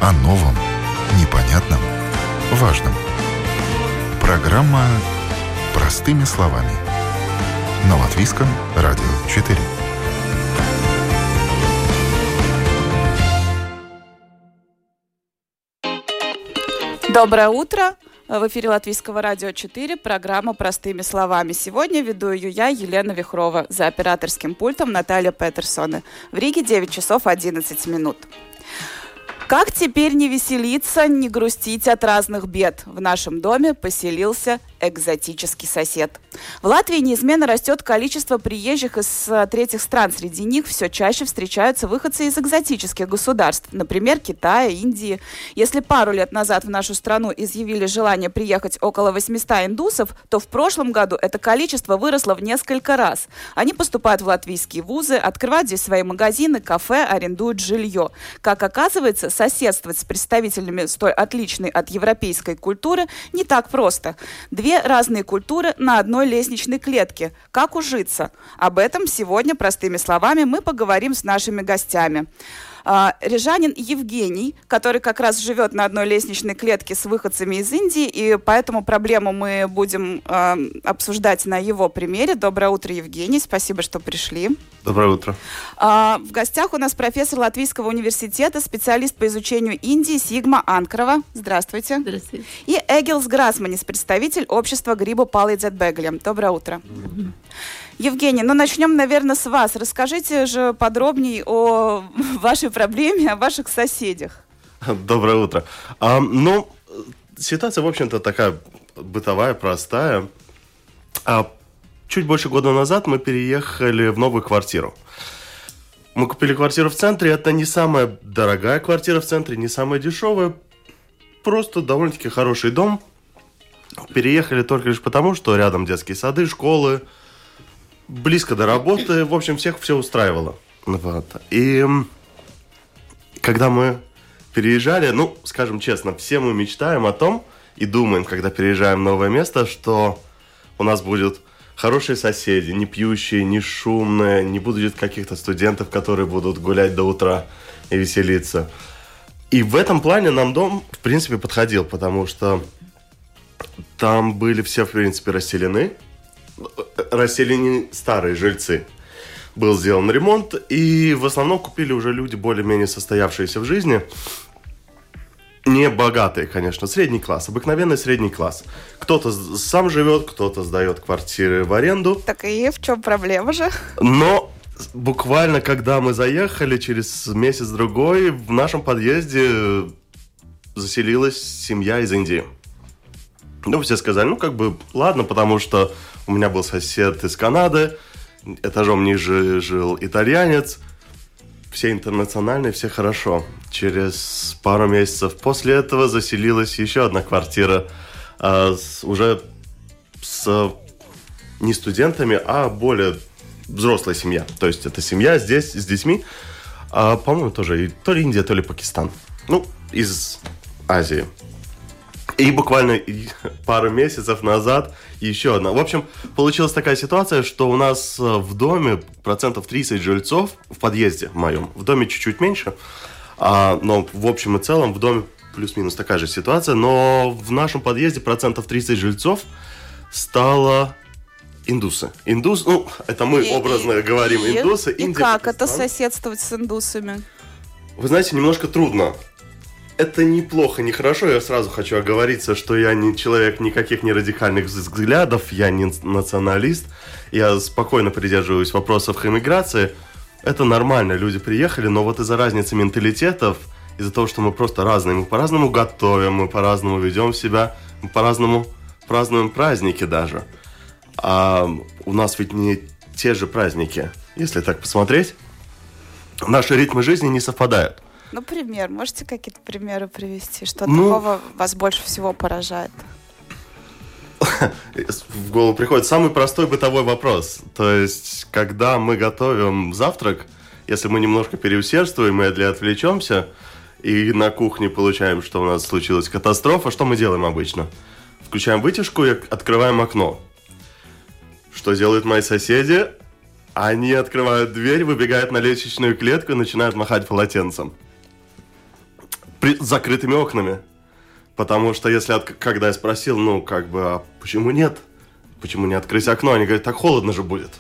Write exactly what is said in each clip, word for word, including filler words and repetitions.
О новом, непонятном, важном. Программа «Простыми словами». На Латвийском радио четыре. Доброе утро! В эфире Латвийского радио четыре, программа «Простыми словами». Сегодня веду ее я, Елена Вихрова, за операторским пультом Наталья Петерсоне. В Риге девять часов одиннадцать минут. Как теперь не веселиться, не грустить от разных бед? В нашем доме поселился экзотический сосед. В Латвии неизменно растет количество приезжих из третьих стран. Среди них все чаще встречаются выходцы из экзотических государств, например, Китая, Индии. Если пару лет назад в нашу страну изъявили желание приехать около восемьсот индусов, то в прошлом году это количество выросло в несколько раз. Они поступают в латвийские вузы, открывают здесь свои магазины, кафе, арендуют жилье. Как оказывается, соседствовать с представителями столь отличной от европейской культуры не так просто. Две разные культуры на одной лестничной клетке. Как ужиться? Об этом сегодня простыми словами мы поговорим с нашими гостями. Uh, рижанин Евгений, который как раз живет на одной лестничной клетке с выходцами из Индии, и поэтому проблему мы будем uh, обсуждать на его примере. Доброе утро, Евгений, спасибо, что пришли. Доброе утро. Uh, в гостях у нас профессор Латвийского университета, специалист по изучению Индии Сигма Анкрова. Здравствуйте. Здравствуйте. И Эгилс Грасманис, представитель общества Грибу Палидзет Беглем. Доброе утро. Mm-hmm. Евгений, ну начнем, наверное, с вас. Расскажите же подробнее о вашей проблеме, о ваших соседях. Доброе утро. А, ну, ситуация, в общем-то, такая бытовая, простая. А, чуть больше года назад мы переехали в новую квартиру. Мы купили квартиру в центре. Это не самая дорогая квартира в центре, не самая дешевая. Просто довольно-таки хороший дом. Переехали только лишь потому, что рядом детские сады, школы. Близко до работы, в общем, всех все устраивало. Вот. И когда мы переезжали, ну, скажем честно, все мы мечтаем о том и думаем, когда переезжаем в новое место, что у нас будут хорошие соседи, не пьющие, не шумные, не будет каких-то студентов, которые будут гулять до утра и веселиться. И в этом плане нам дом, в принципе, подходил, потому что там были все, в принципе, расселены. Расселены старые жильцы. Был сделан ремонт, и в основном купили уже люди более-менее состоявшиеся в жизни. Не богатые, конечно, средний класс, обыкновенный средний класс. Кто-то сам живет, кто-то сдает квартиры в аренду. Так и в чем проблема же? Но буквально, когда мы заехали, через месяц-другой в нашем подъезде заселилась семья из Индии. Ну, все сказали, ну, как бы, ладно, потому что у меня был сосед из Канады, этажом ниже жил итальянец. Все интернациональные, все хорошо. Через пару месяцев после этого заселилась еще одна квартира а, с, уже с не студентами, а более взрослая семья. То есть это семья здесь с детьми, а, по-моему, тоже то ли Индия, то ли Пакистан. Ну, из Азии. И буквально пару месяцев назад еще одна. В общем, получилась такая ситуация, что у нас в доме процентов тридцать жильцов в подъезде в моем. В доме чуть-чуть меньше, а, но в общем и целом в доме плюс-минус такая же ситуация. Но в нашем подъезде процентов тридцать жильцов стало индусы. Индус, ну, это мы и, образно и, говорим и, индусы. И Индия, как Пакистан. Это соседствовать с индусами? Вы знаете, немножко трудно. Это неплохо, не хорошо. Я сразу хочу оговориться, что я не человек никаких не радикальных взглядов, я не националист. Я спокойно придерживаюсь вопросов иммиграции. Это нормально, люди приехали, но вот из-за разницы менталитетов, из-за того, что мы просто разные, мы по-разному готовим, мы по-разному ведем себя, мы по-разному празднуем праздники даже. А у нас ведь не те же праздники, если так посмотреть. Наши ритмы жизни не совпадают. Ну, пример. Можете какие-то примеры привести? Что ну, такого вас больше всего поражает? В голову приходит самый простой бытовой вопрос. То есть, когда мы готовим завтрак, если мы немножко переусердствуем или отвлечемся, и на кухне получаем, что у нас случилась катастрофа, что мы делаем обычно? Включаем вытяжку и открываем окно. Что делают мои соседи? Они открывают дверь, выбегают на лестничную клетку и начинают махать полотенцем. при, с закрытыми окнами. Потому что если, от, когда я спросил, ну, как бы, а почему нет? Почему не открыть окно? Они говорят, так холодно же будет.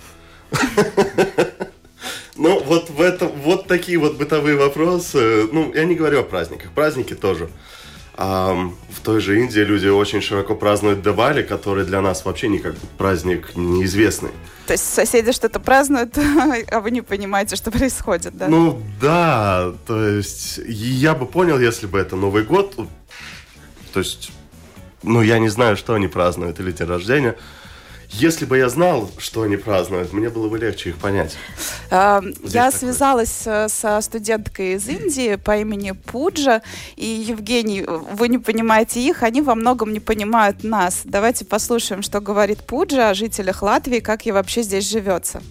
Ну, вот в этом, вот такие вот бытовые вопросы. Ну, я не говорю о праздниках. Праздники тоже. А в той же Индии люди очень широко празднуют Дивали, который для нас вообще никак праздник неизвестный. То есть соседи что-то празднуют, а вы не понимаете, что происходит, да? Ну, да. То есть я бы понял, если бы это Новый год. То есть, ну, я не знаю, что они празднуют, или день рождения. Если бы я знал, что они празднуют, мне было бы легче их понять. Я такое. связалась со студенткой из Индии по имени Пуджа. И, Евгений, вы не понимаете их, они во многом не понимают нас. Давайте послушаем, что говорит Пуджа о жителях Латвии, как ей вообще здесь живется.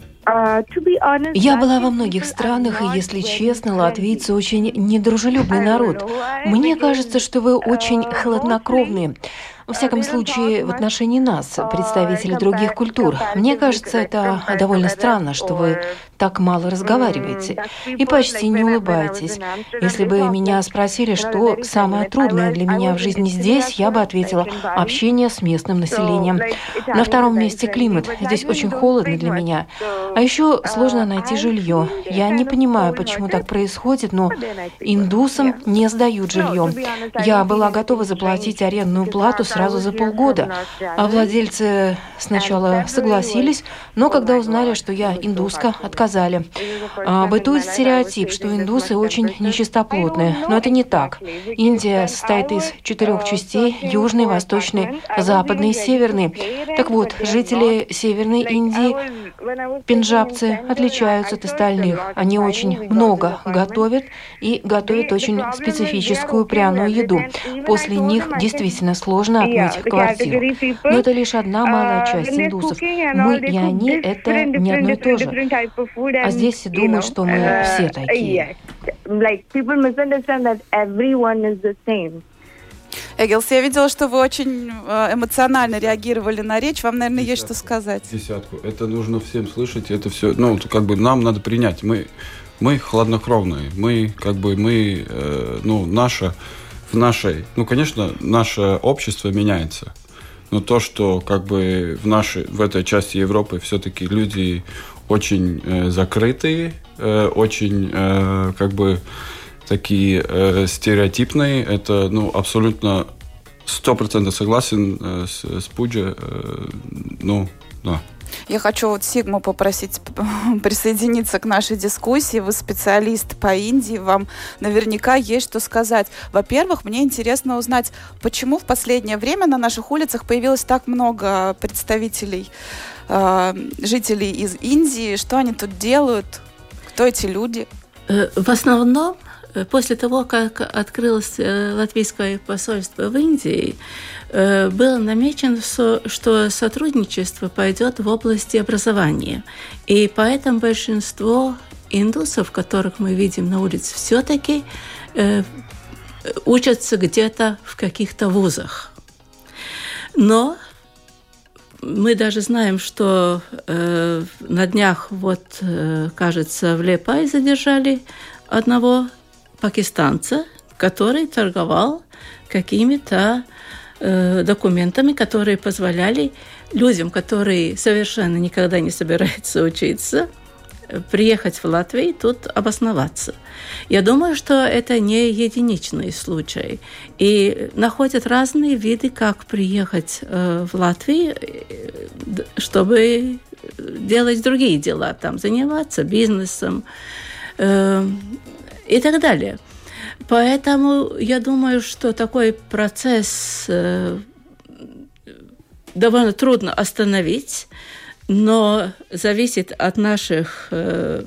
Я была во многих странах, и, если честно, латвийцы очень недружелюбный народ. Мне кажется, что вы очень хладнокровные. Во всяком случае, в отношении нас, представителей других культур. Мне кажется, это довольно странно, что вы так мало разговариваете и почти не улыбаетесь. Если бы меня спросили, что самое трудное для меня в жизни здесь, я бы ответила – общение с местным населением. На втором месте климат. Здесь очень холодно для меня. А еще сложно найти жилье. Я не понимаю, почему так происходит, но индусам не сдают жилье. Я была готова заплатить арендную плату сразу за полгода, а владельцы сначала согласились, но когда узнали, что я индуска, отказали. А, бытует стереотип, что индусы очень нечистоплотные, но это не так. Индия состоит из четырех частей – южной, восточной, западной и северной. Так вот, жители Северной Индии, пенджабцы, отличаются от остальных. Они очень много готовят и готовят очень специфическую пряную еду. После них действительно сложно отмыть квартиру. Но это лишь одна малая часть индусов. Мы и они – это не одно и то же. А здесь все думают, что мы все такие. Эгилс, я видела, что вы очень эмоционально реагировали на речь. Вам, наверное, десятку, есть что сказать. Десятку. Это нужно всем слышать. Это все, ну, как бы нам надо принять. Мы, мы хладнокровные. Мы, как бы, мы, э, ну, наше, в нашей, ну, конечно, наше общество меняется. Но то, что, как бы, в нашей, в этой части Европы все-таки люди очень э, закрытые, э, очень, э, как бы, такие э, стереотипные. Это, ну, абсолютно сто процентов согласен э, с, с Пуджа. Э, ну, да. Я хочу вот Сигму попросить присоединиться к нашей дискуссии. Вы специалист по Индии, вам наверняка есть что сказать. Во-первых, мне интересно узнать, почему в последнее время на наших улицах появилось так много представителей, э, жителей из Индии, что они тут делают, кто эти люди? В основном, после того, как открылось латвийское посольство в Индии, было намечено, что сотрудничество пойдет в области образования. И поэтому большинство индусов, которых мы видим на улице, все-таки учатся где-то в каких-то вузах. Но мы даже знаем, что на днях, вот, кажется, в Лепае задержали одного пакистанца, который торговал какими-то э, документами, которые позволяли людям, которые совершенно никогда не собираются учиться, приехать в Латвию и тут обосноваться. Я думаю, что это не единичный случай. И находят разные виды, как приехать э, в Латвию, чтобы делать другие дела, там, заниматься бизнесом, э, и так далее. Поэтому я думаю, что такой процесс э, довольно трудно остановить, но зависит от наших э,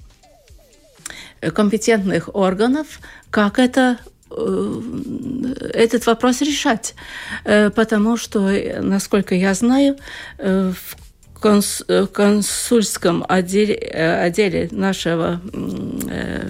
компетентных органов, как это, э, этот вопрос решать. Э, потому что, насколько я знаю, э, в конс, консульском отделе, отделе нашего э,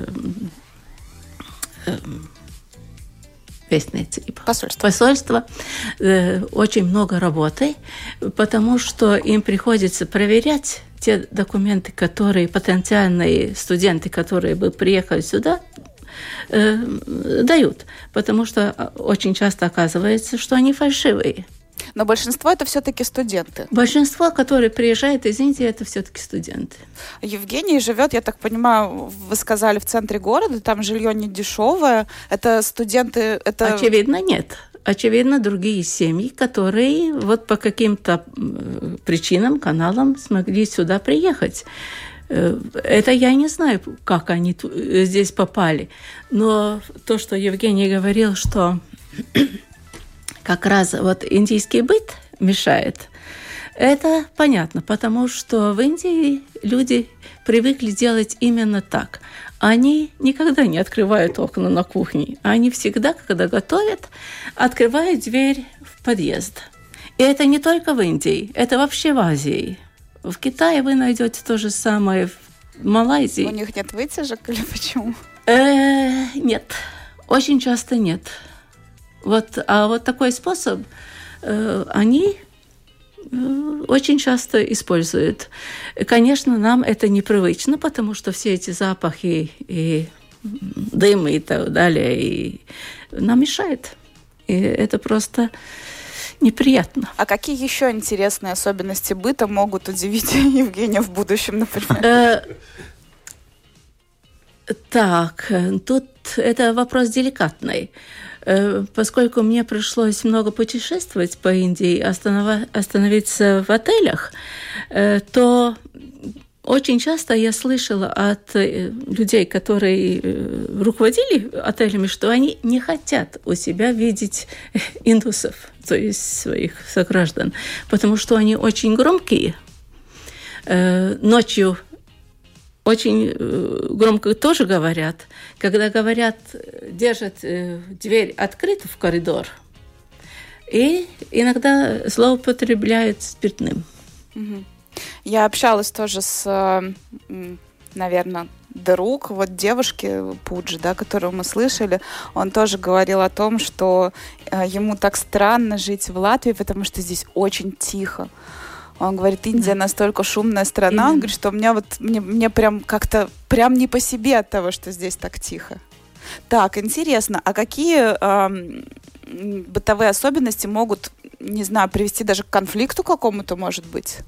Посольство. Посольство э, очень много работы, потому что им приходится проверять те документы, которые потенциальные студенты, которые бы приехали сюда, э, дают, потому что очень часто оказывается, что они фальшивые. Но большинство это все-таки студенты. Большинство, которые приезжают из Индии, это все-таки студенты. Евгений живет, я так понимаю, вы сказали, в центре города, там жилье не дешевое. Это студенты... Это... Очевидно, нет. Очевидно, другие семьи, которые вот по каким-то причинам, каналам смогли сюда приехать. Это я не знаю, как они здесь попали. Но то, что Евгений говорил, что как раз вот индийский быт мешает, это понятно, потому что в Индии люди привыкли делать именно так. Они никогда не открывают окна на кухне. Они всегда, когда готовят, открывают дверь в подъезд. И это не только в Индии, это вообще в Азии. В Китае вы найдете то же самое, в Малайзии. У них нет вытяжек или почему? Э, нет, очень часто нет. Вот, а вот такой способ э, они э, очень часто используют. Конечно, нам это непривычно, потому что все эти запахи и дым и так далее и нам мешает. И это просто неприятно. А какие еще интересные особенности быта могут удивить Евгения в будущем, например? Э, так, тут это вопрос деликатный. Поскольку мне пришлось много путешествовать по Индии, останов... остановиться в отелях, то очень часто я слышала от людей, которые руководили отелями, что они не хотят у себя видеть индусов, то есть своих сограждан, потому что они очень громкие. Ночью очень громко тоже говорят. Когда говорят, держат дверь открытой в коридор, и иногда злоупотребляют спиртным. Я общалась тоже с, наверное, друг вот девушки Пуджи, да, которую мы слышали. Он тоже говорил о том, что ему так странно жить в Латвии, потому что здесь очень тихо. Он говорит, Индия да. настолько шумная страна, Именно. Он говорит, что у меня вот, мне, мне прям как-то, прям не по себе от того, что здесь так тихо. Так, интересно, а какие э, бытовые особенности могут, не знаю, привести даже к конфликту какому-то, может быть?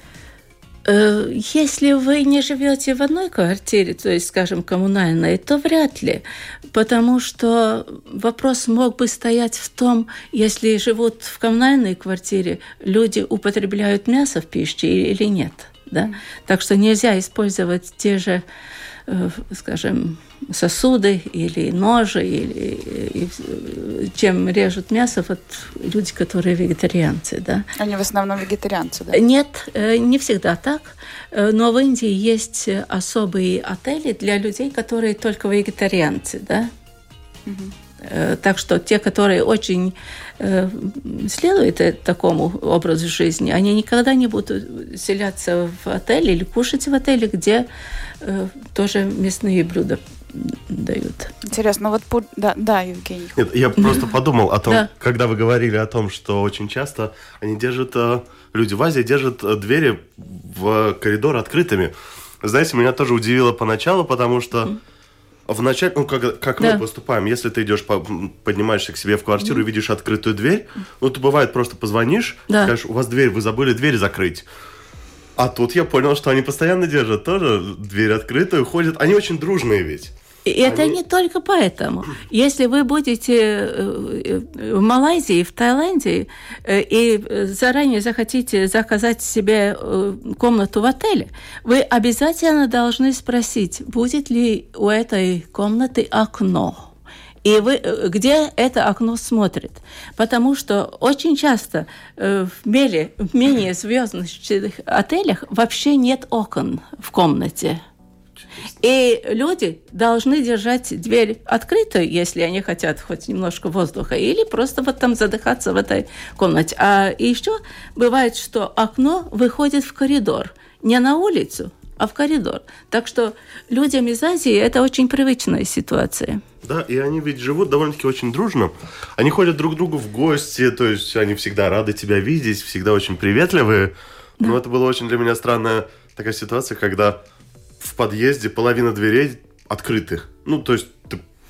Если вы не живете в одной квартире, то есть, скажем, коммунальной, то вряд ли, потому что вопрос мог бы стоять в том, если живут в коммунальной квартире, люди употребляют мясо в пище или нет. Да? Mm. Так что нельзя использовать те же, скажем, сосуды или ножи, или чем режут мясо вот люди, которые вегетарианцы. Да? Они в основном вегетарианцы, да? Нет, не всегда так. Но в Индии есть особые отели для людей, которые только вегетарианцы. Да? Угу. Так что те, которые очень следуют такому образу жизни, они никогда не будут селяться в отеле или кушать в отеле, где тоже мясные блюда дают. Интересно, вот да, да, Евгений. Нет, я просто подумал о том, да. когда вы говорили о том, что очень часто они держат, люди в Азии держат двери в коридор открытыми. Знаете, меня тоже удивило поначалу, потому что mm. в начале, ну, как, как да. мы поступаем, если ты идешь, поднимаешься к себе в квартиру mm. и видишь открытую дверь, ну, то бывает, просто позвонишь, да. скажешь, у вас дверь, вы забыли дверь закрыть. А тут я понял, что они постоянно держат тоже дверь открытую, ходят. Они очень дружные ведь. И это Они... не только поэтому. Если вы будете в Малайзии, в Таиланде и заранее захотите заказать себе комнату в отеле, вы обязательно должны спросить, будет ли у этой комнаты окно. И вы, где это окно смотрит. Потому что очень часто в менее, в менее звездных отелях вообще нет окон в комнате. И люди должны держать дверь открытой, если они хотят хоть немножко воздуха, или просто вот там задыхаться в этой комнате. А еще бывает, что окно выходит в коридор, не на улицу, а в коридор. Так что людям из Азии это очень привычная ситуация. Да, и они ведь живут довольно-таки очень дружно. Они ходят друг к другу в гости, то есть они всегда рады тебя видеть, всегда очень приветливые. Да. Но это была очень для меня странная такая ситуация, когда в подъезде половина дверей открытых. Ну, то есть ты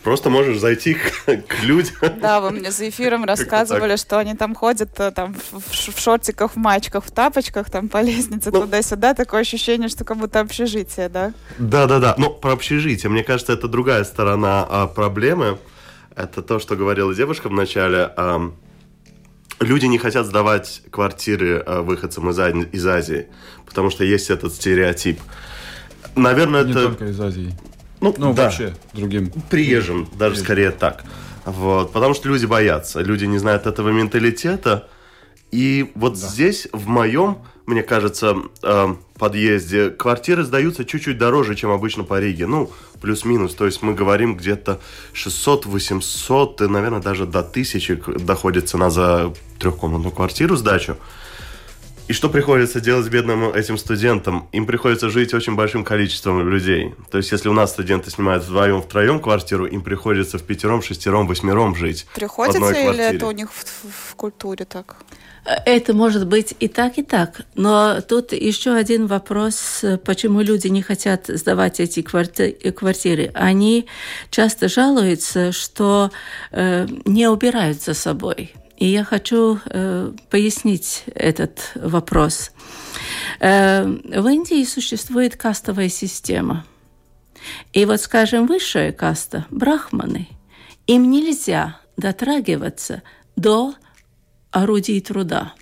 просто можешь зайти к, к людям. Да, вы мне за эфиром рассказывали, что они там ходят там, в, в шортиках, в маечках, в тапочках там по лестнице ну, туда-сюда. Такое ощущение, что как будто общежитие, да? Да-да-да. Но про общежитие, мне кажется, это другая сторона а, проблемы. Это то, что говорила девушка в начале. А, люди не хотят сдавать квартиры а, выходцам из, из Азии, потому что есть этот стереотип. Наверное, не это... только из Азии. Ну, ну да. вообще другим. Приезжим, даже Приезжим. Скорее так. Вот. Потому что люди боятся, люди не знают этого менталитета. И вот да. здесь, в моем, мне кажется, э, подъезде, квартиры сдаются чуть-чуть дороже, чем обычно по Риге. Ну, плюс-минус. То есть мы говорим где-то шестьсот-восемьсот, и, наверное, даже до тысячи доходит цена за трехкомнатную квартиру, сдачу. И что приходится делать бедным этим студентам? Им приходится жить очень большим количеством людей. То есть, если у нас студенты снимают вдвоем, втроем квартиру, им приходится в пятером, шестером, восьмером жить. Приходится в одной квартире. Или это у них в, в, в культуре так? Это может быть и так, и так. Но тут еще один вопрос, почему люди не хотят сдавать эти квартиры. Они часто жалуются, что э, не убирают за собой. И я хочу э, пояснить этот вопрос. Э, в Индии существует кастовая система. И вот, скажем, высшая каста, брахманы, им нельзя дотрагиваться до орудий труда.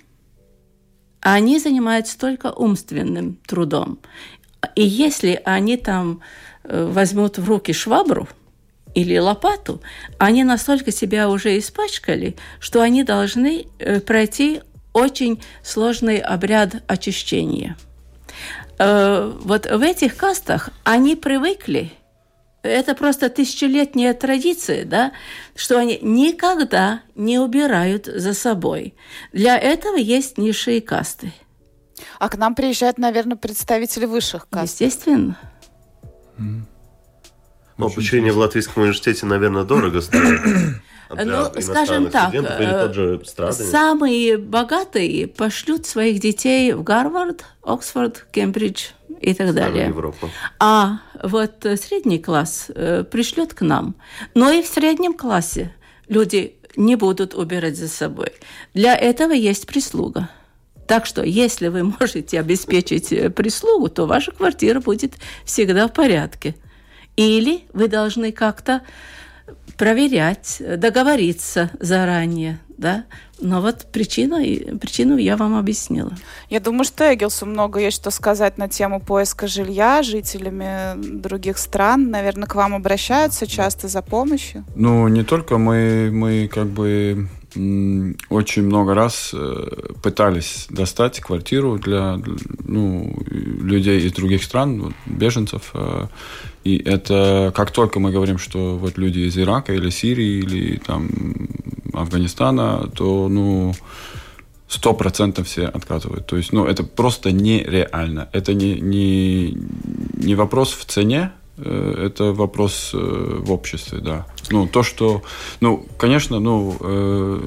Они занимаются только умственным трудом. И если они там э, возьмут в руки швабру, или лопату, они настолько себя уже испачкали, что они должны пройти очень сложный обряд очищения. Вот в этих кастах они привыкли, это просто тысячелетняя традиция, да, что они никогда не убирают за собой. Для этого есть низшие касты. А к нам приезжают, наверное, представители высших каст. Естественно. Mm. Но обучение в Латвийском университете, наверное, дорого стоит. Ну, скажем так, самые богатые пошлют своих детей в Гарвард, Оксфорд, Кембридж и так далее. А вот средний класс пришлет к нам. Но и в среднем классе люди не будут убирать за собой. Для этого есть прислуга. Так что, если вы можете обеспечить прислугу, то ваша квартира будет всегда в порядке. Или вы должны как-то проверять, договориться заранее, да? Но вот причину, причину я вам объяснила. Я думаю, что Эгилсу много есть что сказать на тему поиска жилья жителями других стран. Наверное, к вам обращаются часто за помощью? Ну, не только мы, мы как бы очень много раз пытались достать квартиру для ну, людей из других стран, беженцев. И это как только мы говорим, что вот люди из Ирака или Сирии или там Афганистана, то ну сто процентов все отказывают. То есть, ну, это просто нереально. Это не, не, не вопрос в цене, это вопрос в обществе, да. Ну, то, что... Ну, конечно, ну... Э,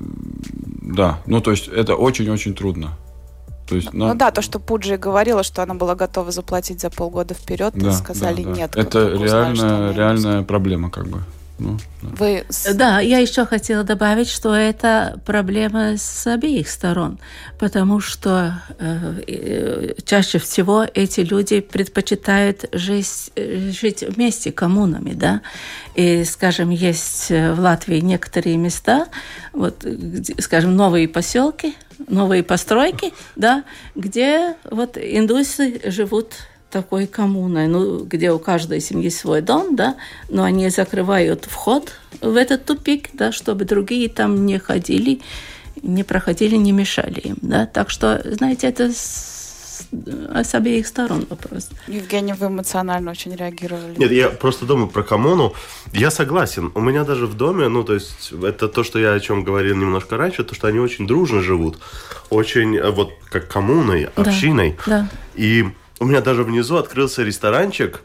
да. Ну, то есть, это очень-очень трудно. То есть, ну на... да, то, что Пуджи говорила, что она была готова заплатить за полгода вперед, да, сказали да, да. нет. Это реальная, реальная проблема, как бы. Ну, да. Вы... да, я еще хотела добавить, что это проблема с обеих сторон, потому что э, чаще всего эти люди предпочитают жить, жить вместе коммунами, да, и, скажем, есть в Латвии некоторые места, вот, где, скажем, новые поселки, новые постройки, да, где вот индусы живут такой коммуной, ну, где у каждой семьи свой дом, да, но они закрывают вход в этот тупик, да, чтобы другие там не ходили, не проходили, не мешали им, да. Так что, знаете, это с, с обеих сторон вопрос. Евгений, вы эмоционально очень реагировали. Нет, я просто думаю про коммуну. Я согласен. У меня даже в доме, ну, то есть, это то, что я о чем говорил немножко раньше, то, что они очень дружно живут, очень, вот, как коммуной, общиной. Да, да. И у меня даже внизу открылся ресторанчик,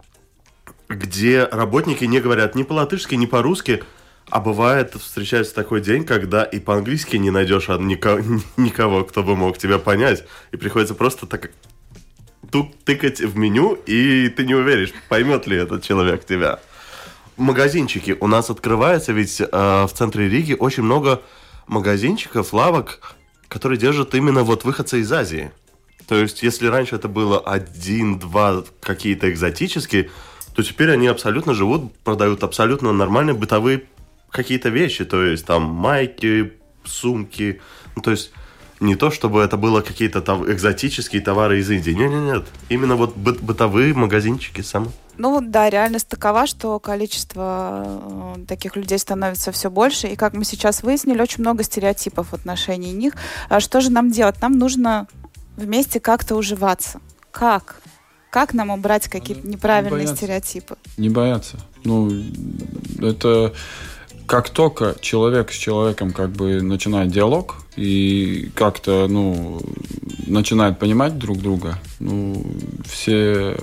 где работники не говорят ни по-латышски, ни по-русски, а бывает, встречается такой день, когда и по-английски не найдешь никого, кто бы мог тебя понять, и приходится просто так тыкать в меню, и ты не уверен, поймет ли этот человек тебя. магазинчики у нас открываются, ведь э, в центре Риги очень много магазинчиков, лавок, которые держат именно вот выходцы из Азии. То есть, если раньше это было один-два какие-то экзотические, то теперь они абсолютно живут, продают абсолютно нормальные бытовые какие-то вещи. То есть, там майки, сумки. Ну, то есть, не то, чтобы это было какие-то там экзотические товары из Индии. Нет-нет-нет. Именно вот бы- бытовые магазинчики самые. Ну да, реальность такова, что количество э, таких людей становится все больше. И как мы сейчас выяснили, очень много стереотипов в отношении них. А что же нам делать? Нам нужно вместе как-то уживаться. Как? Как нам убрать какие-то неправильные не стереотипы? Не бояться. Ну, это как только человек с человеком как бы начинает диалог и как-то, ну, начинает понимать друг друга, ну, все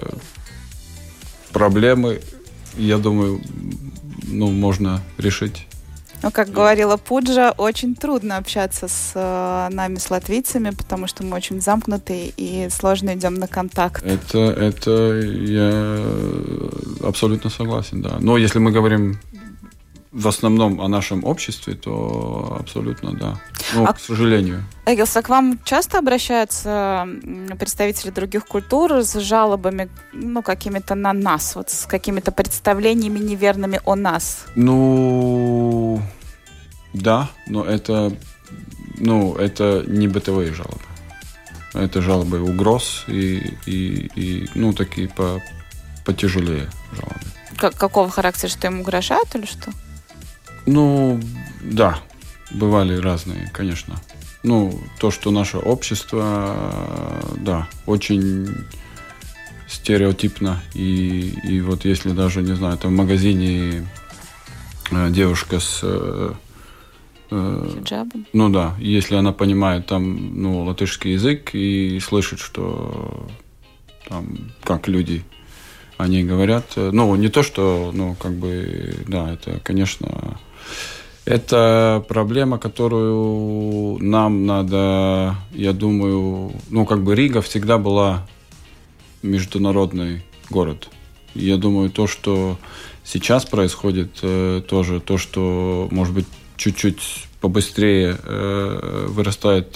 проблемы, я думаю, ну, можно решить. Ну, как говорила Пуджа, очень трудно общаться с э, нами, с латвийцами, потому что мы очень замкнутые и сложно идем на контакт. Это, это я абсолютно согласен, да. Но если мы говорим в основном о нашем обществе, то абсолютно, да. Ну, а, к сожалению. Эгилс, а к вам часто обращаются представители других культур с жалобами, ну, какими-то на нас, вот с какими-то представлениями неверными о нас? Ну, да, но это, ну, это не бытовые жалобы. Это жалобы угроз и, и, и ну, такие по, потяжелее жалобы. К- какого характера, что им угрожают или что? Ну, да, бывали разные, конечно. Ну, то, что наше общество, да, очень стереотипно. И, и вот если даже, не знаю, там в магазине девушка с... Хиджабом? Ну да, если она понимает там, ну, латышский язык и слышит, что там, как люди о ней говорят. Ну, не то, что, ну, как бы, да, это, конечно... Это проблема, которую нам надо, я думаю, ну, как бы Рига всегда была международный город. Я думаю, то, что сейчас происходит, тоже то, что, может быть, чуть-чуть побыстрее вырастает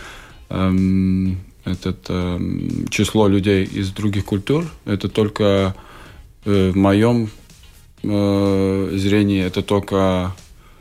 это число людей из других культур, это только в моем зрении, это только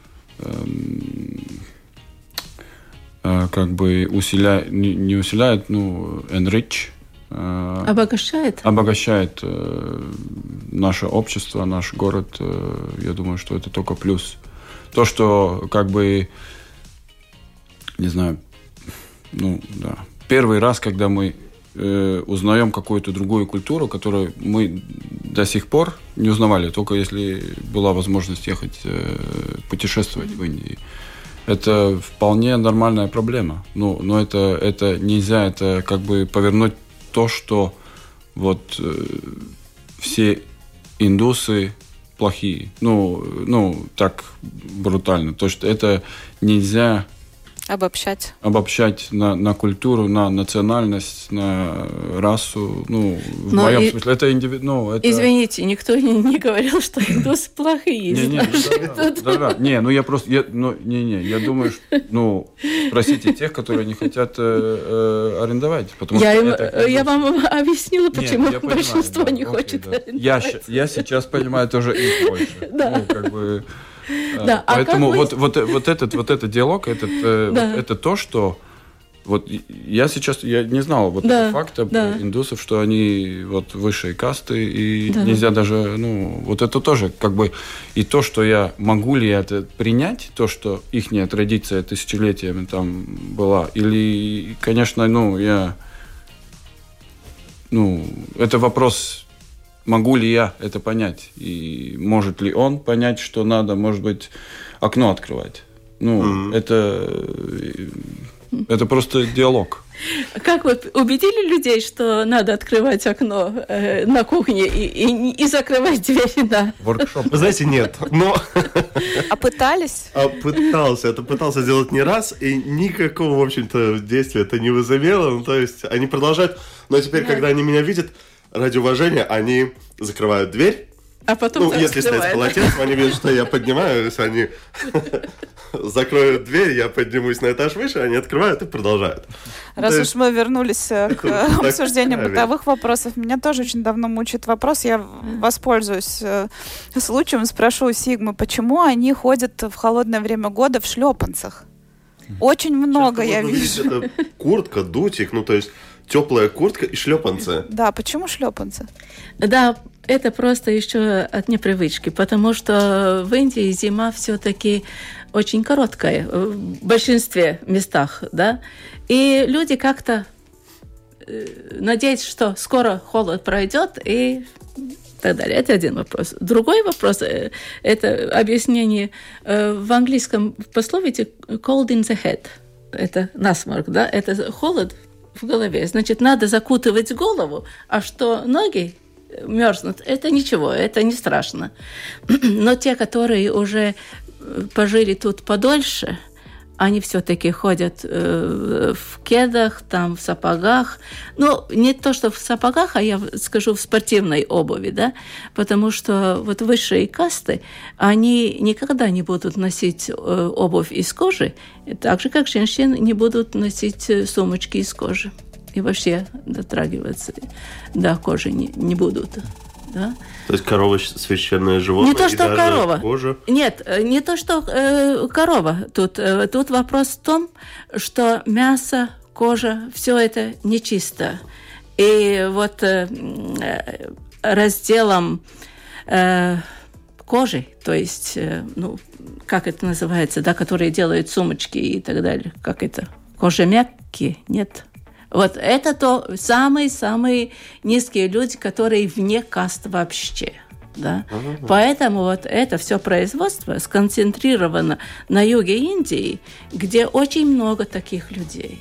как бы усиляет, не усиляет, ну, enrich. Обогащает? Обогащает наше общество, наш город. Я думаю, что это только плюс. То, что как бы, не знаю, ну, да. Первый раз, когда мы э, узнаем какую-то другую культуру, которую мы до сих пор не узнавали, только если была возможность ехать э, путешествовать в Индии. Это вполне нормальная проблема. Ну, но это, это нельзя, это как бы повернуть то, что вот э, все индусы плохие. Ну, ну, так брутально. То, что это нельзя... Обобщать. Обобщать на, на культуру, на национальность, на расу. Ну, в Но моем и... смысле, это индивидуально. Это... Извините, никто не, не говорил, что индусы плохие. Не, не, да, да, да. Не, ну я просто, я, ну, не, не, я думаю, что, ну, спросите тех, которые не хотят э, э, арендовать. Потому я, что им, это, я вам объяснила, почему Нет, большинство понимаю, да, не окей, хочет да. арендовать. Я, я сейчас понимаю тоже их больше. Да. Ну, как бы... Да, Поэтому а вот, вы... вот, вот, этот, вот этот диалог, этот, да. вот, это то, что... Вот я сейчас я не знал вот да, этого факта да. индусов, что они вот высшие касты, и да. нельзя даже... Ну, вот это тоже как бы... И то, что я... Могу ли я это принять, то, что их традиция тысячелетиями там была, или, конечно, ну, я... Ну, это вопрос... Могу ли я это понять? И может ли он понять, что надо, может быть, окно открывать? Ну, mm-hmm. это, это просто диалог. Как вы убедили людей, что надо открывать окно э, на кухне и, и, и закрывать двери на... Воркшоп. Вы знаете, нет. Но... А пытались? А пытался. Это пытался сделать не раз, и никакого, в общем-то, действия это не возымело. Ну, то есть они продолжают. Но теперь, да. когда они меня видят, ради уважения, они закрывают дверь, А потом ну, если снять с полотенцем, они видят, что я поднимаюсь, они закроют дверь, я поднимусь на этаж выше, они открывают и продолжают. Раз уж мы вернулись к обсуждению бытовых вопросов, меня тоже очень давно мучает вопрос, я воспользуюсь случаем, спрошу у Сигмы, почему они ходят в холодное время года в шлепанцах? Очень много я вижу. Это куртка, дутик, ну то есть теплая куртка и шлепанцы. Да, почему шлепанцы? Да, это просто еще от непривычки, потому что в Индии зима все-таки очень короткая в большинстве местах, да, и люди как-то надеются, что скоро холод пройдет и так далее. Это один вопрос. Другой вопрос – это объяснение в английском пословице «cold in the head». Это насморк, да, это холод в голове. Значит, надо закутывать голову, а что ноги мерзнут, это ничего, это не страшно. Но те, которые уже пожили тут подольше, они все-таки ходят э, в кедах, там, в сапогах. Ну, не то, что в сапогах, а я скажу в спортивной обуви, да, потому что вот высшие касты, они никогда не будут носить э, обувь из кожи, так же, как женщины не будут носить сумочки из кожи. И вообще дотрагиваться до кожи не, не будут. Да? То есть корова священное животное? Не то, что корова. Кожа. Нет, не то, что э, корова. Тут, э, тут вопрос в том, что мясо, кожа, все это нечисто. И вот э, разделом э, кожи, то есть, э, ну, как это называется, да, которые делают сумочки и так далее, как это, кожа мягкие, нет? Вот это то самые-самые низкие люди, которые вне каст вообще. Да? Uh-huh. Поэтому вот это все производство сконцентрировано на юге Индии, где очень много таких людей.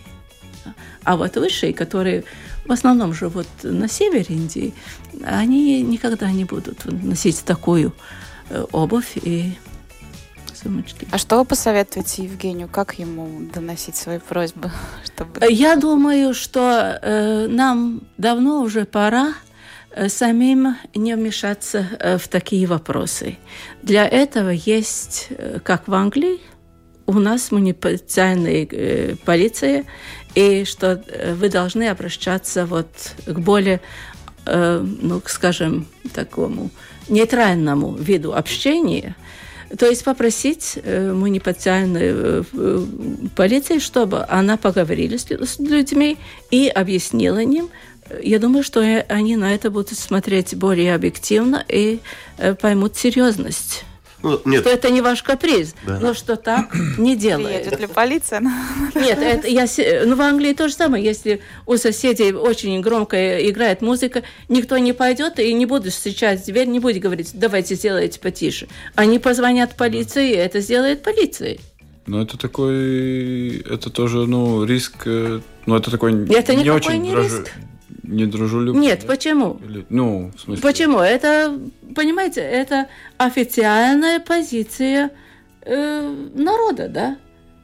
А вот высшие, которые в основном живут на севере Индии, они никогда не будут носить такую обувь и сумочки. А что вы посоветуете Евгению? Как ему доносить свои просьбы? Чтобы... Я думаю, что э, нам давно уже пора э, самим не вмешаться э, в такие вопросы. Для этого есть, э, как в Англии, у нас муниципальная э, полиция, и что э, вы должны обращаться вот к более, э, ну, скажем, такому нейтральному виду общения. То есть попросить э, муниципальную э, полицию, чтобы она поговорила с, с людьми и объяснила им. Я думаю, что они на это будут смотреть более объективно и э, поймут серьезность. Ну, нет. Что это не ваш каприз, да. Но что так не делает. Приедет ли полиция? Нет, это я, ну, в Англии то же самое. Если у соседей очень громко играет музыка, никто не пойдет и не будет встречать дверь, не будет говорить, давайте сделайте потише. Они позвонят полиции, и это сделает полиция. Ну, это такой, это тоже, ну, риск, ну, это такой это не никакой очень не дрож... риск. Недружелюбный. Нет, да? почему? Или, ну, в смысле... Почему? Это, понимаете, это официальная позиция э, народа, да?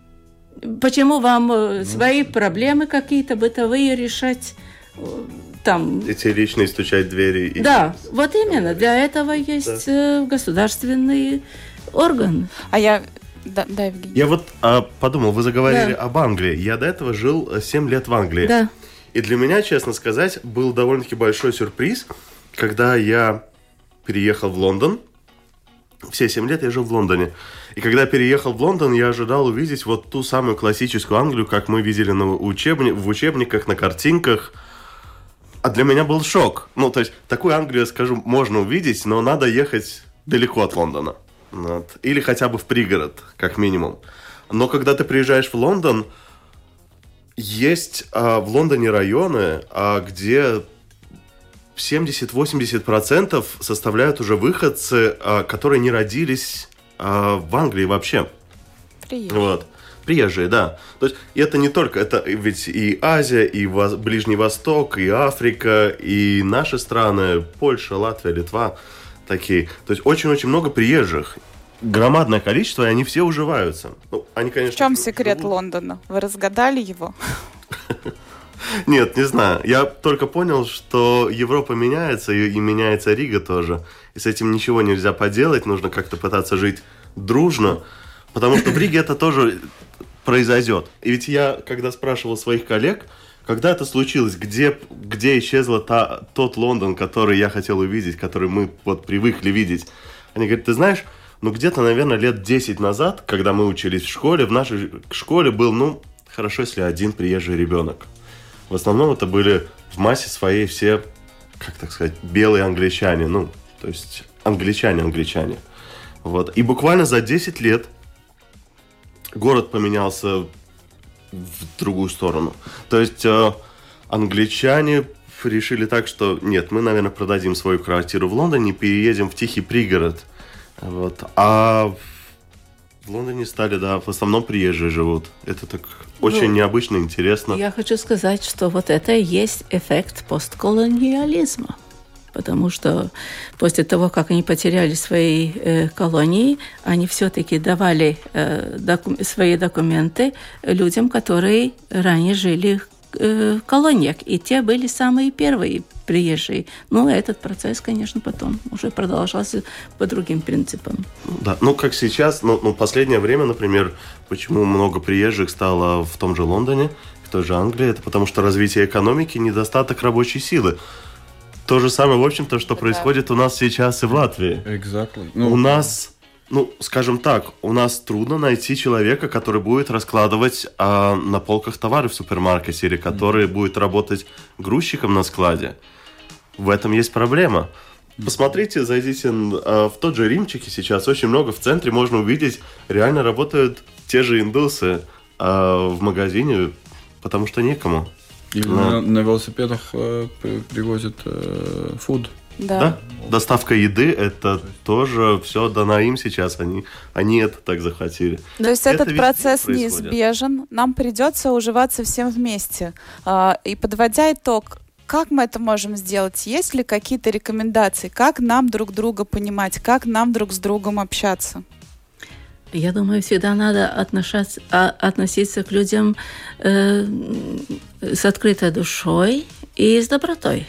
Почему вам ну, свои проблемы какие-то бытовые решать э, там... Эти личные стучать в двери. И... Да, вот именно. Для этого есть да. государственный орган. А я... Да, да, Евгений. Я вот а, подумал, вы заговорили да. об Англии. Я до этого жил семь лет в Англии. Да. И для меня, честно сказать, был довольно-таки большой сюрприз, когда я переехал в Лондон. Все семь лет я жил в Лондоне. И когда переехал в Лондон, я ожидал увидеть вот ту самую классическую Англию, как мы видели на учебни... в учебниках, на картинках. А для меня был шок. Ну, то есть, такую Англию, скажу, можно увидеть, но надо ехать далеко от Лондона. Вот. Или хотя бы в пригород, как минимум. Но когда ты приезжаешь в Лондон, есть а, в Лондоне районы, а, где семьдесят-восемьдесят процентов составляют уже выходцы, а, которые не родились а, в Англии вообще. Приезжие. Вот. Приезжие, да. То есть это не только, это ведь и Азия, и Воз... Ближний Восток, и Африка, и наши страны, Польша, Латвия, Литва, такие. То есть очень-очень много приезжих. Громадное количество, и они все уживаются. Ну, они, конечно, в чем секрет живут. Лондона? Вы разгадали его? Нет, не знаю. Я только понял, что Европа меняется, и, и меняется Рига тоже. И с этим ничего нельзя поделать, нужно как-то пытаться жить дружно, потому что в Риге это тоже произойдет. И ведь я, когда спрашивал своих коллег, когда это случилось, где, где исчезла та, тот Лондон, который я хотел увидеть, который мы вот привыкли видеть, они говорят, ты знаешь, ну где-то, наверное, лет десять назад, когда мы учились в школе, в нашей школе был, ну, хорошо, если один приезжий ребенок. В основном это были в массе своей все, как так сказать, белые англичане, ну, то есть англичане-англичане. Вот. И буквально за десять лет город поменялся в другую сторону. То есть э, англичане решили так, что нет, мы, наверное, продадим свою квартиру в Лондоне, переедем в тихий пригород. Вот. А в Лондоне стали, да, в основном приезжие живут. Это так очень ну, необычно, интересно. Я хочу сказать, что вот это и есть эффект постколониализма. Потому что после того, как они потеряли свои э, колонии, они все-таки давали э, доку- свои документы людям, которые ранее жили в э, колониях. И те были самые первые приезжие. Но этот процесс, конечно, потом уже продолжался по другим принципам. Да, ну как сейчас, ну, ну последнее время, например, почему много приезжих стало в том же Лондоне, в той же Англии, это потому что развитие экономики, недостаток рабочей силы. То же самое, в общем-то, что происходит у нас сейчас и в Латвии. Exactly. Ну, у нас, ну, скажем так, у нас трудно найти человека, который будет раскладывать а, на полках товары в супермаркете или который mm-hmm. будет работать грузчиком на складе. В этом есть проблема. Посмотрите, зайдите а, в тот же Римчик, сейчас очень много в центре можно увидеть, реально работают те же индусы а, в магазине, потому что некому. Или на, на велосипедах э, привозят э, фуд. Да. да. Доставка еды, это тоже все дано им сейчас. Они, они это так захватили. То есть это этот процесс неизбежен. Нам придется уживаться всем вместе. И подводя итог, как мы это можем сделать? Есть ли какие-то рекомендации? Как нам друг друга понимать? Как нам друг с другом общаться? Я думаю, всегда надо относиться, относиться к людям э, с открытой душой и с добротой.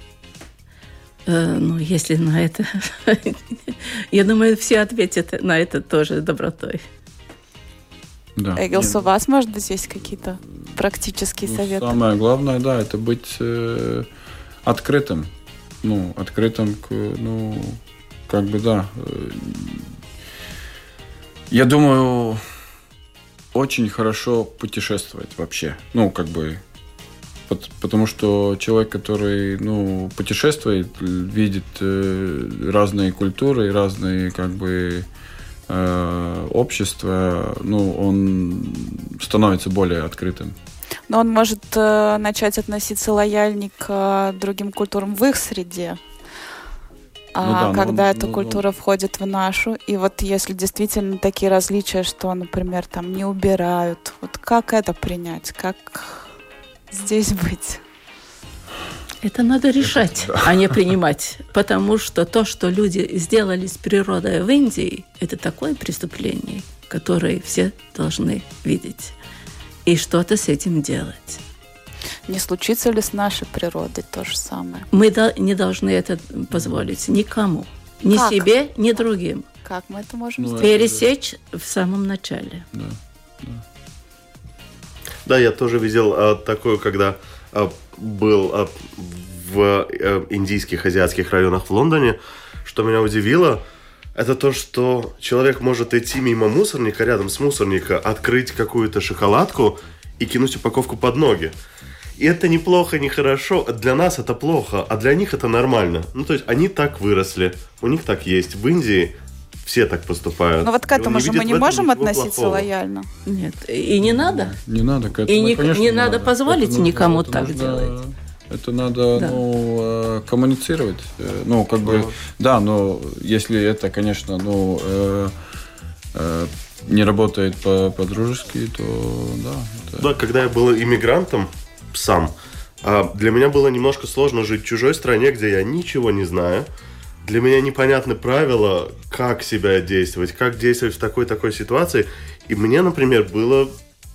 Э, ну, если на это... Я думаю, все ответят на это тоже добротой. Да. Эгилс, у вас, может быть, есть какие-то практические ну, советы? Самое главное, да, это быть э, открытым. Ну, открытым к, ну, как бы, да... Э, Я думаю, очень хорошо путешествовать вообще. Ну, как бы, потому что человек, который, ну, путешествует, видит э, разные культуры, разные, как бы, э, общества, ну, он становится более открытым. Но он может э, начать относиться лояльнее к э, другим культурам в их среде. А ну да, когда ну, эта ну, культура ну, входит в нашу, и вот если действительно такие различия, что, например, там не убирают, вот как это принять, как здесь быть? Это надо решать, это, да. а не принимать, потому что то, что люди сделали с природой в Индии, это такое преступление, которое все должны видеть, и что-то с этим делать. Не случится ли с нашей природой то же самое? Мы не должны это позволить никому. Ни как? себе, ни другим. Как мы это можем ну, сделать? Пересечь в самом начале. Да, да. да я тоже видел а, такое, когда а, был а, в а, индийских, азиатских районах в Лондоне, что меня удивило, это то, что человек может идти мимо мусорника, рядом с мусорника, открыть какую-то шоколадку и кинуть упаковку под ноги. И это неплохо, не хорошо. Для нас это плохо, а для них это нормально. Ну, то есть они так выросли, у них так есть. В Индии все так поступают. Но вот к этому же мы не можем относиться плохого. лояльно. Нет, и не надо. Не надо к этому, и не, конечно, не надо, надо позволить это никому нужно, так нужно, делать. Это надо да. ну, коммуницировать. Ну, как бы, да, но если это, конечно, ну, э, э, не работает по- по-дружески, то да. Это... Да, когда я был иммигрантом сам, для меня было немножко сложно жить в чужой стране, где я ничего не знаю. Для меня непонятны правила, как себя действовать, как действовать в такой-такой ситуации. И мне, например, было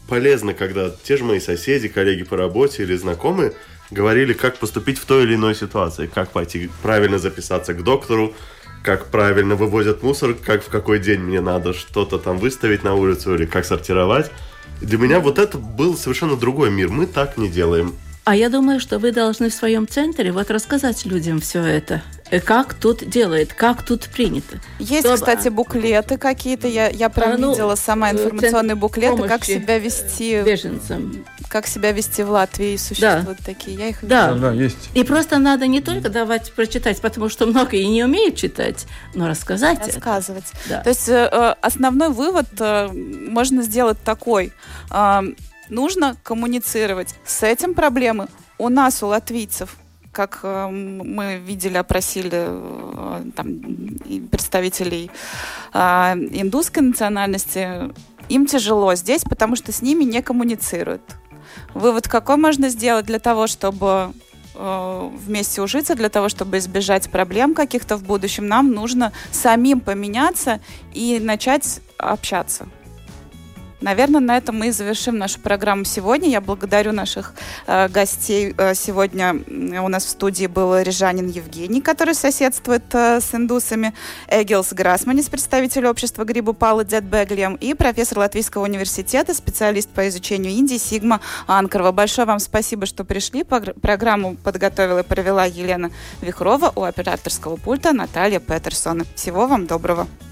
полезно, когда те же мои соседи, коллеги по работе или знакомые говорили, как поступить в той или иной ситуации, как пойти правильно записаться к доктору, как правильно вывозят мусор, как в какой день мне надо что-то там выставить на улицу или как сортировать. Для меня вот это был совершенно другой мир. Мы так не делаем. А я думаю, что вы должны в своем центре вот рассказать людям все это. Как тут делает, как тут принято. Есть, Чтобы... кстати, буклеты какие-то. Я, я прям а, ну, видела сама информационные буклеты, как себя вести беженцам. Как себя вести в Латвии. Существуют да. такие. Я их да. да, есть. И просто надо не только давать прочитать, потому что многие не умеют читать, но рассказать. Рассказывать. Да. То есть э, основной вывод э, можно сделать такой. Э, нужно коммуницировать. С этим проблемы у нас, у латвийцев, как э, мы видели, опросили э, там, представителей э, индусской национальности, им тяжело здесь, потому что с ними не коммуницируют. Вывод какой можно сделать для того, чтобы э, вместе ужиться, для того, чтобы избежать проблем каких-то в будущем? Нам нужно самим поменяться и начать общаться. Наверное, на этом мы и завершим нашу программу сегодня. Я благодарю наших э, гостей. Э, сегодня у нас в студии был рижанин Евгений, который соседствует э, с индусами, Эгилс Грасманис, представитель общества Грибу Палы Дзетбеглем, и профессор Латвийского университета, специалист по изучению Индии Сигма Анкарова. Большое вам спасибо, что пришли. Программу подготовила и провела Елена Вихрова, у операторского пульта Наталья Петерсон. Всего вам доброго.